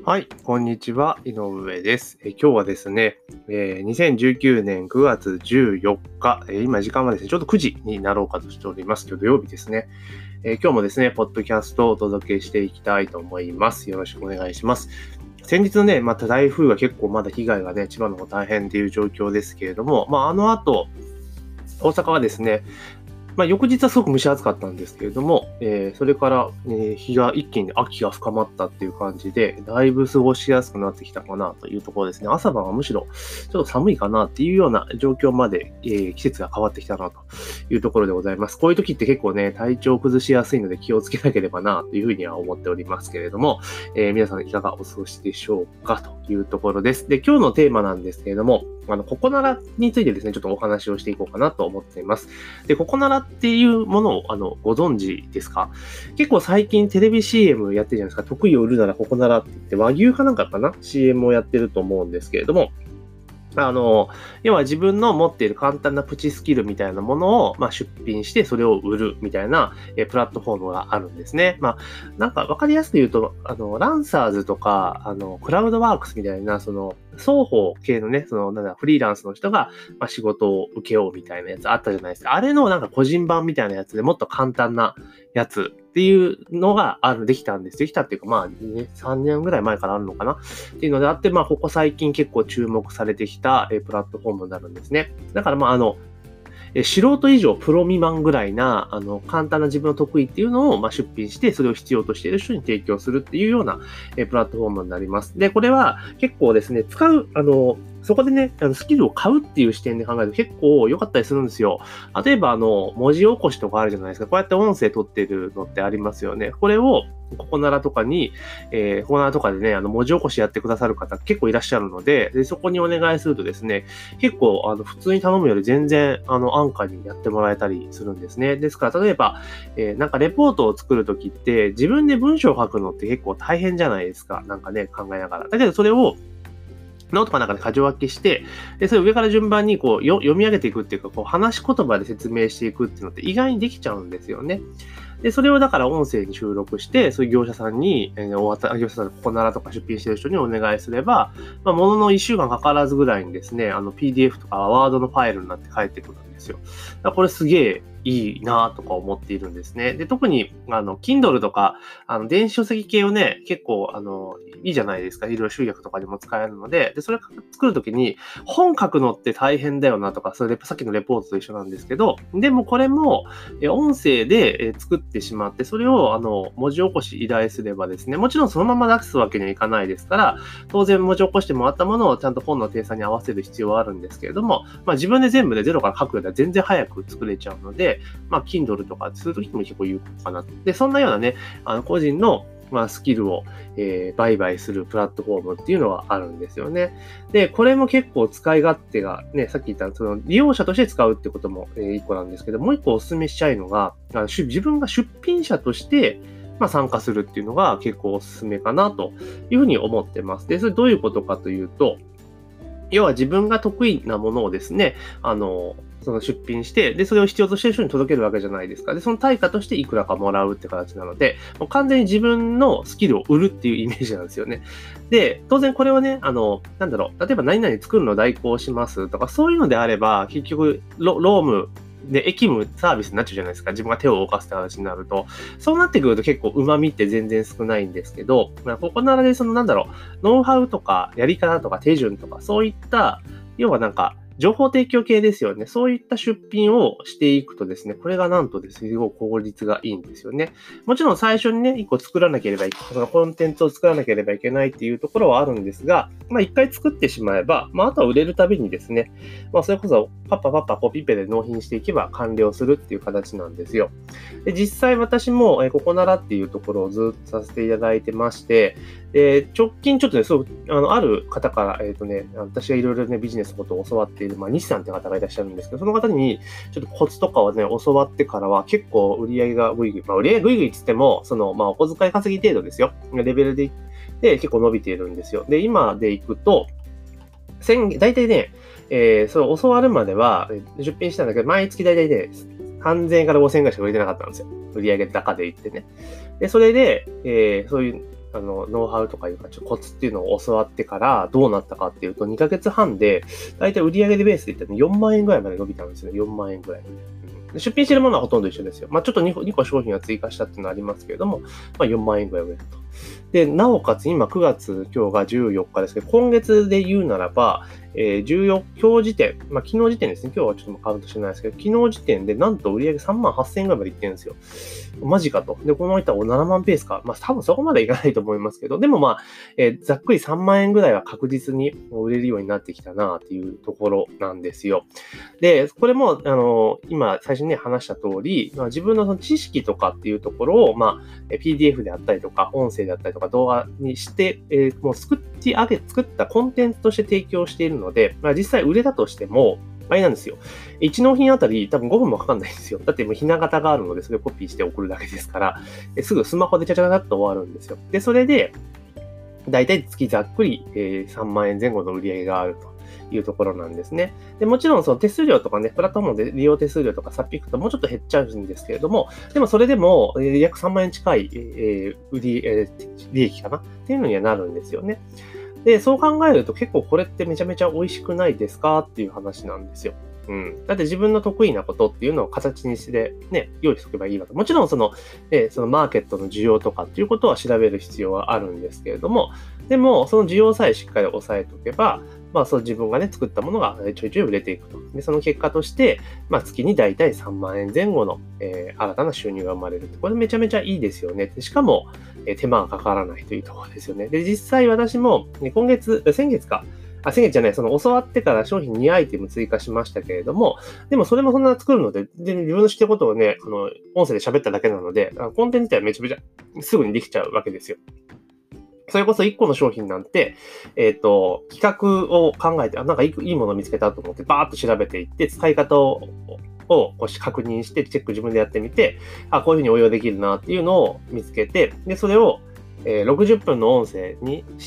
はい、こんにちは、井上です。今日はですね、2019年9月14日、今時間はですね、ちょうど9時になろうかとしております。今日土曜日ですね。今日もですね、ポッドキャストをお届けしていきたいと思います。よろしくお願いします。先日のね、また台風が結構まだ被害がね、千葉の方大変っていう状況ですけれども、あの後、大阪はですね、翌日はすごく蒸し暑かったんですけれども、それから、日が一気に秋が深まったっていう感じで、だいぶ過ごしやすくなってきたかなというところですね。朝晩はむしろちょっと寒いかなっていうような状況まで、季節が変わってきたなというところでございます。こういう時って結構ね、体調を崩しやすいので気をつけなければなというふうには思っておりますけれども、皆さんいかがお過ごしでしょうかというところです。で、今日のテーマなんですけれども、ココナラについてですね、ちょっとお話をしていこうかなと思っています。で、ココナラっていうものを、ご存知ですか？結構最近テレビ CM やってるじゃないですか。得意を売るならココナラって言って、和牛かなんかかな？ CM をやってると思うんですけれども、要は自分の持っている簡単なプチスキルみたいなものを、出品してそれを売るみたいな、プラットフォームがあるんですね。なんかわかりやすく言うと、ランサーズとか、クラウドワークスみたいな、双方系のね、フリーランスの人が、仕事を受けようみたいなやつあったじゃないですか。あれのなんか個人版みたいなやつでもっと簡単なやつっていうのができたんです。できたっていうか、3年ぐらい前からあるのかなっていうのであって、ここ最近結構注目されてきたプラットフォームになるんですね。だから素人以上プロ未満ぐらいな、簡単な自分の得意っていうのを、出品して、それを必要としている人に提供するっていうような、プラットフォームになります。で、これは結構ですね、そこでね、スキルを買うっていう視点で考えると結構良かったりするんですよ。例えば、文字起こしとかあるじゃないですか。こうやって音声取ってるのってありますよね。これを、ココナラとかでね、文字起こしやってくださる方結構いらっしゃるので、そこにお願いするとですね、結構、普通に頼むより全然、安価にやってもらえたりするんですね。ですから、例えば、なんかレポートを作るときって、自分で文章を書くのって結構大変じゃないですか。なんかね、考えながら。だけど、それを、ノートかなんかで箇条書きして、で、それを上から順番に読み上げていくっていうか、話し言葉で説明していくっていうのって意外にできちゃうんですよね。で、それをだから音声に収録して、そういう業者さんに、業者さん、ココナラとか出品してる人にお願いすれば、ものの1週間かからずぐらいにですね、PDF とかワードのファイルになって返ってくるんですよ。だからこれすげえいいなとか思っているんですね。で、特に、Kindle とか、電子書籍系をね、結構、いいじゃないですか。いろいろ集約とかでも使えるので、で、それ作るときに、本書くのって大変だよなとか、それさっきのレポートと一緒なんですけど、でもこれも、音声で作ってしまって、それを、文字起こし依頼すればですね、もちろんそのまま出すわけにはいかないですから、当然文字起こしてもらったものをちゃんと本の定査に合わせる必要はあるんですけれども、自分で全部でゼロから書くよりは全然早く作れちゃうので、Kindle とかするときも結構有効かなと。で、そんなようなね、個人のスキルを、売買するプラットフォームっていうのはあるんですよね。で、これも結構使い勝手がね、さっき言った利用者として使うってことも、一個なんですけど、もう一個お勧めしたいのが、自分が出品者として、参加するっていうのが結構お勧めかなというふうに思ってます。で、それどういうことかというと、要は自分が得意なものをですね、出品して、で、それを必要としている人に届けるわけじゃないですか。で、その対価としていくらかもらうって形なので、もう完全に自分のスキルを売るっていうイメージなんですよね。で、当然これはね、例えば何々作るの代行しますとか、そういうのであれば、結局、ローム、で、役務サービスになっちゃうじゃないですか。自分が手を動かすって形になると。そうなってくると結構旨味って全然少ないんですけど、ここならでノウハウとかやり方とか手順とか、そういった、要は情報提供系ですよね。そういった出品をしていくとですね、これがなんとですね、すごい効率がいいんですよね。もちろん最初にね、一個作らなければいけない、そのコンテンツを作らなければいけないっていうところはあるんですが、一回作ってしまえば、あとは売れるたびにですね、それこそパッパコピペで納品していけば完了するっていう形なんですよ。で、実際私もココナラっていうところをずっとさせていただいてまして、で、直近ちょっとね、ある方から、私がいろいろね、ビジネスのことを教わっている、西さんって方がいらっしゃるんですけど、その方に、ちょっとコツとかをね、教わってからは、結構売り上げがぐいぐい、売り上げぐいぐいって言っても、お小遣い稼ぎ程度ですよ。レベルで結構伸びているんですよ。で、今でいくと、大体ね、教わるまでは、出品したんだけど、毎月大体ね、3000円から5000円ぐらいしか売れてなかったんですよ。売上高で言ってね。で、それで、そういう、 ノウハウとかいうか、コツっていうのを教わってからどうなったかっていうと、2ヶ月半で、だいたい売上でベースで言ったら4万円ぐらいまで伸びたんですよね。4万円ぐらい。出品してるものはほとんど一緒ですよ。ちょっと2個商品は追加したっていうのはありますけれども、4万円ぐらい売れると。で、なおかつ今9月、今日が14日ですけど、今月で言うならば、今日時点、昨日時点ですね。今日はちょっとカウントしてないですけど、昨日時点でなんと売上3万8000円ぐらいまでいってるんですよ。マジかと。で、この人は7万ペースか。多分そこまでいかないと思いますけど、でもざっくり3万円ぐらいは確実に売れるようになってきたなっていうところなんですよ。で、これも、今最初に話した通り、自分のその知識とかっていうところを、PDF であったりとか、音声であったりとか動画にして、もう作ったコンテンツとして提供しているので、実際売れたとしても、あれなんですよ。1納品あたり多分5分もかかんないんですよ。だってもうひな形があるので、それをコピーして送るだけですから、すぐスマホでちゃちゃちゃっと終わるんですよ。で、それで、だいたい月ざっくり3万円前後の売り上げがあるというところなんですね。で、もちろんその手数料とかね、プラットフォームで利用手数料とかさっぴくともうちょっと減っちゃうんですけれども、でもそれでも約3万円近い利益かなっていうのにはなるんですよね。で、そう考えると結構これってめちゃめちゃ美味しくないですかっていう話なんですよ。だって自分の得意なことっていうのを形にしてね、用意しておけばいいわけ。もちろんそのマーケットの需要とかっていうことは調べる必要はあるんですけれども、でもその需要さえしっかり抑えておけば、そう自分がね、作ったものがちょいちょい売れていくと。で、その結果として、月にだいたい3万円前後の、新たな収入が生まれる。これめちゃめちゃいいですよね。しかも、手間がかからないというところですよね。で、実際私も、先月じゃない、その教わってから商品2アイテム追加しましたけれども、でもそれもそんな作るので、自分の知ってることをね、音声で喋っただけなので、コンテンツ自体はめちゃめちゃすぐにできちゃうわけですよ。それこそ1個の商品なんて、企画を考えて、なんかいいものを見つけたと思って、バーッと調べていって、使い方を確認して、チェック自分でやってみて、こういうふうに応用できるなっていうのを見つけて、で、それを、60分の音声にして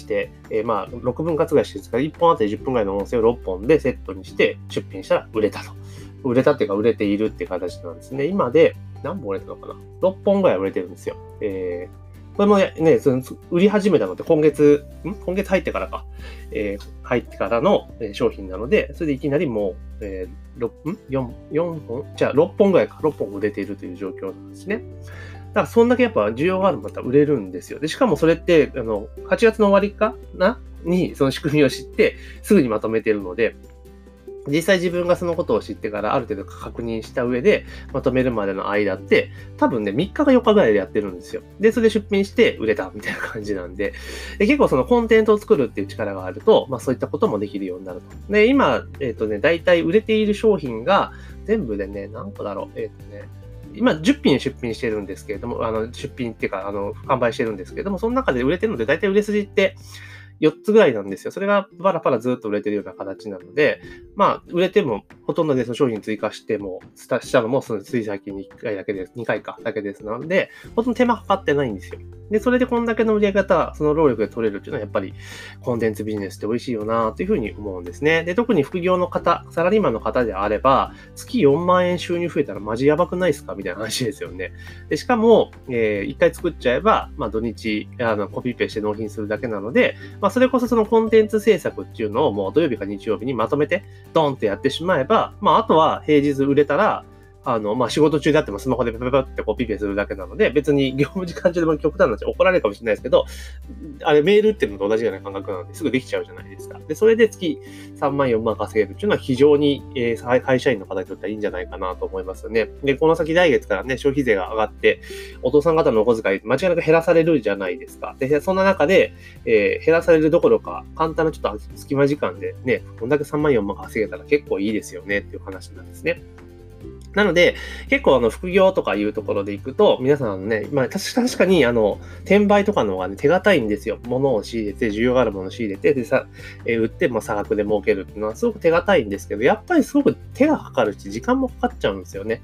、6分割ぐらいしてですから、1本あたり10分ぐらいの音声を6本でセットにして出品したら売れたと。売れたっていうか、売れているっていう形なんですね。今で、何本売れたのかな ?6 本ぐらい売れてるんですよ。これもね、売り始めたのって今月入ってからか。入ってからの商品なので、それでいきなりもう、4本じゃあ6本ぐらいか。6本売れているという状況なんですね。だからそんだけやっぱ需要があるとまた売れるんですよ。で、しかもそれって、8月の終わりかなにその仕組みを知って、すぐにまとめているので、実際自分がそのことを知ってからある程度確認した上でまとめるまでの間って多分ね3日か4日ぐらいでやってるんですよ。で、それで出品して売れたみたいな感じなんで、結構そのコンテンツを作るっていう力があると、そういったこともできるようになると。で、今、だいたい売れている商品が全部でね、何個だろう。今10品出品してるんですけれども、出品っていうか、販売してるんですけれども、その中で売れてるので、だいたい売れ筋って4つぐらいなんですよ。それがパラパラずっと売れてるような形なので、売れてもほとんどでその商品追加しても、したのもそのつい最近に1回だけです。2回かだけです。なので、ほとんど手間かかってないんですよ。で、それでこんだけの売り上げ方、その労力で取れるっていうのはやっぱりコンテンツビジネスって美味しいよなというふうに思うんですね。で、特に副業の方、サラリーマンの方であれば、月4万円収入増えたらマジやばくないですかみたいな話ですよね。で、しかも、1回作っちゃえば、土日、コピペして納品するだけなので、それこそそのコンテンツ制作っていうのをもう土曜日か日曜日にまとめてドンってやってしまえば、あとは平日売れたら、仕事中であってもスマホでペペペってコピペするだけなので、別に業務時間中でも極端な話怒られるかもしれないですけど、あれメールっていうのと同じような感覚なのですぐできちゃうじゃないですか。で、それで月3万4万稼げるっていうのは非常に、会社員の方にとってはいいんじゃないかなと思いますよね。で、この先来月からね、消費税が上がって、お父さん方のお小遣い間違いなく減らされるじゃないですか。で、そんな中で、減らされるどころか、簡単なちょっと隙間時間でね、こんだけ3万4万稼げたら結構いいですよねっていう話なんですね。なので、結構副業とかいうところでいくと、皆さんね、確かに転売とかの方がね、手堅いんですよ。物を仕入れて、需要があるものを仕入れて、で売って差額で儲けるっていうのはすごく手堅いんですけど、やっぱりすごく手がかかるし、時間もかかっちゃうんですよね。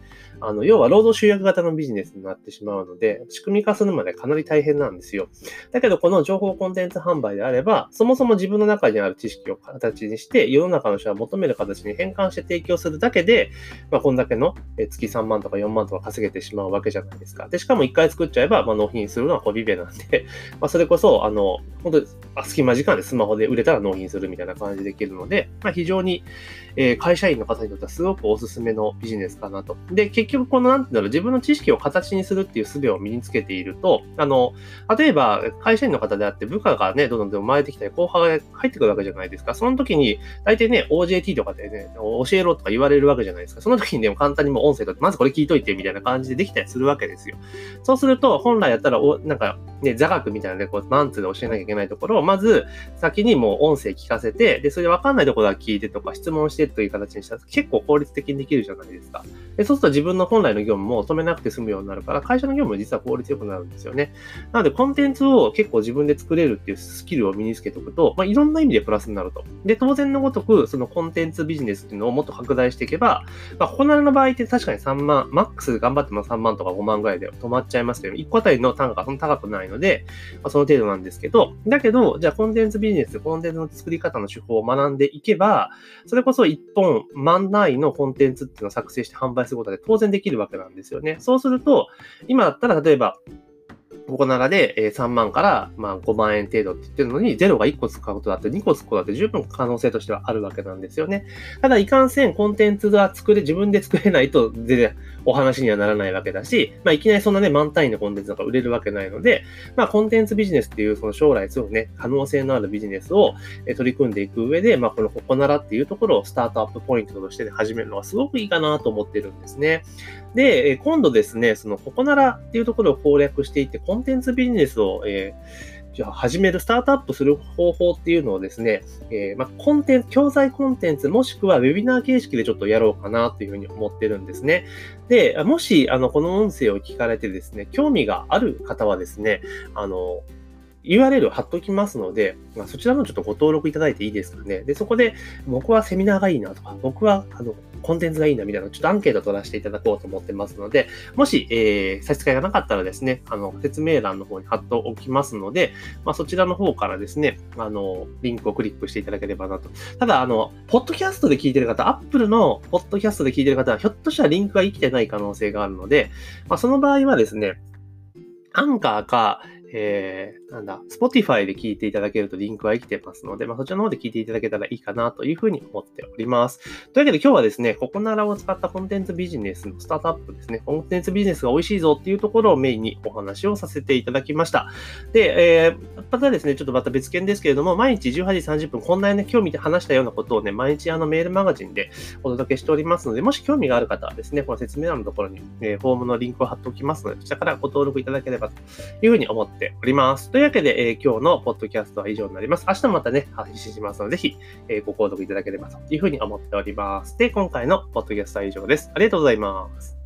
要は労働集約型のビジネスになってしまうので、仕組み化するまでかなり大変なんですよ。だけど、この情報コンテンツ販売であれば、そもそも自分の中にある知識を形にして、世の中の人が求める形に変換して提供するだけで、こんだけの月3万とか4万とか稼げてしまうわけじゃないですか。で、しかも1回作っちゃえば、納品するのはコビベなんで、それこそ、本当に隙間時間でスマホで売れたら納品するみたいな感じでできるので、非常に、会社員の方にとってはすごくおすすめのビジネスかなと。で、結局この自分の知識を形にするっていう術を身につけていると、例えば会社員の方であって部下がね、どんどん生まれてきたり、後輩が入ってくるわけじゃないですか。その時に、大体ね、OJT とかでね、教えろとか言われるわけじゃないですか。その時にでも簡単にもう音声とまずこれ聞いといてみたいな感じでできたりするわけですよ。そうすると、本来やったら、座学みたいなね、マンツーで教えなきゃいけないところを、まず、先にもう音声聞かせて、で、それで分かんないところは聞いてとか、質問してという形にしたら、結構効率的にできるじゃないですか。で、そうすると自分の本来の業務も止めなくて済むようになるから、会社の業務も実は効率よくなるんですよね。なので、コンテンツを結構自分で作れるっていうスキルを身につけておくと、いろんな意味でプラスになると。で、当然のごとく、そのコンテンツビジネスっていうのをもっと拡大していけば、ここならの場合って確かに3万、マックス頑張っても3万とか5万ぐらいで止まっちゃいますけど、1個あたりの単価がそんな高くないので、その程度なんですけど、だけど、じゃあコンテンツビジネス、コンテンツの作り方の手法を学んでいけば、それこそ1本万単位のコンテンツっていうのを作成して販売することで当然できるわけなんですよね。そうすると、今だったら例えば、ここならで3万から5万円程度って言ってるのに、0が1個使うことだって2個使うことだって十分可能性としてはあるわけなんですよね。ただ、いかんせんコンテンツが自分で作れないと全然お話にはならないわけだし、いきなりそんなね、満単位のコンテンツが売れるわけないので、コンテンツビジネスっていうその将来すごくね、可能性のあるビジネスを取り組んでいく上で、このここならっていうところをスタートアップポイントとして始めるのはすごくいいかなと思ってるんですね。で、今度ですね、そのここならっていうところを攻略していって、コンテンツビジネスを、始める、スタートアップする方法っていうのをですね、教材コンテンツもしくはウェビナー形式でちょっとやろうかなというふうに思ってるんですね。で、もし、この音声を聞かれてですね、興味がある方はですね、URL を貼っときますので、そちらのちょっとご登録いただいていいですかね。で、そこで僕はセミナーがいいなとか、僕はコンテンツがいいなみたいな、ちょっとアンケート取らせていただこうと思ってますので、もし、差し支えがなかったらですね、説明欄の方に貼っておきますので、そちらの方からですね、リンクをクリックしていただければなと。ただ、ポッドキャストで聞いてる方、Apple のポッドキャストで聞いてる方は、ひょっとしたらリンクが生きてない可能性があるので、その場合はですね、アンカーか、Spotify で聞いていただけるとリンクは生きてますので、そちらの方で聞いていただけたらいいかなというふうに思っております。というわけで今日はですね、ここならを使ったコンテンツビジネスのスタートアップですね、コンテンツビジネスが美味しいぞっていうところをメインにお話をさせていただきました。で、またですね、ちょっとまた別件ですけれども、毎日18時30分、こんなね、今日見て話したようなことをね、毎日メールマガジンでお届けしておりますので、もし興味がある方はですね、この説明欄のところに、フォームのリンクを貼っておきますので、そちらからご登録いただければというふうに思っております。というわけで、今日のポッドキャストは以上になります。明日もまたね、配信しますので、ぜひ、ご購読いただければというふうに思っております。で、今回のポッドキャストは以上です。ありがとうございます。